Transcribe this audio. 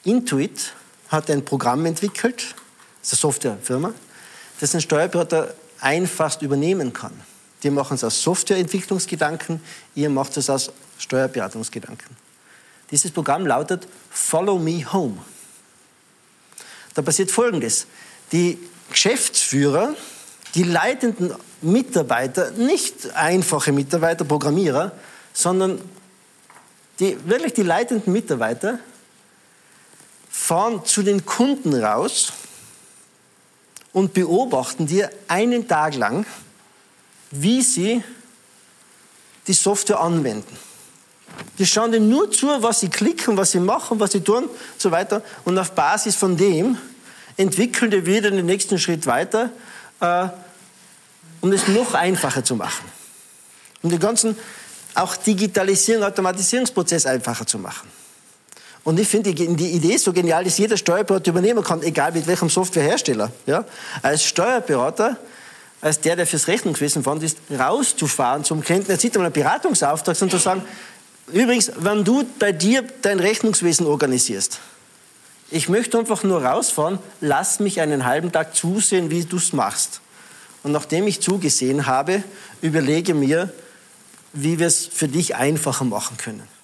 Intuit hat ein Programm entwickelt, das ist eine Softwarefirma, das ein Steuerberater einfachst übernehmen kann. Die machen es aus Softwareentwicklungsgedanken, ihr macht es aus Steuerberatungsgedanken. Dieses Programm lautet Follow Me Home. Da passiert Folgendes. Die Geschäftsführer, die leitenden Mitarbeiter, nicht einfache Mitarbeiter, Programmierer, sondern wirklich die leitenden Mitarbeiter fahren zu den Kunden raus und beobachten dir einen Tag lang, wie sie die Software anwenden. Die schauen dir nur zu, was sie klicken, was sie machen, was sie tun und so weiter. Und auf Basis von dem entwickeln die wieder den nächsten Schritt weiter, um es noch einfacher zu machen. Um den ganzen auch Automatisierungsprozess einfacher zu machen. Und ich finde die Idee so genial, dass jeder Steuerberater übernehmen kann, egal mit welchem Softwarehersteller. Ja? Als Steuerberater, als der fürs Rechnungswesen verantwortlich ist, rauszufahren zum Klienten, er sieht einmal einen Beratungsauftrag und zu sagen, übrigens, wenn du bei dir dein Rechnungswesen organisierst, ich möchte einfach nur rausfahren, lass mich einen halben Tag zusehen, wie du es machst. Und nachdem ich zugesehen habe, überlege mir, wie wir es für dich einfacher machen können.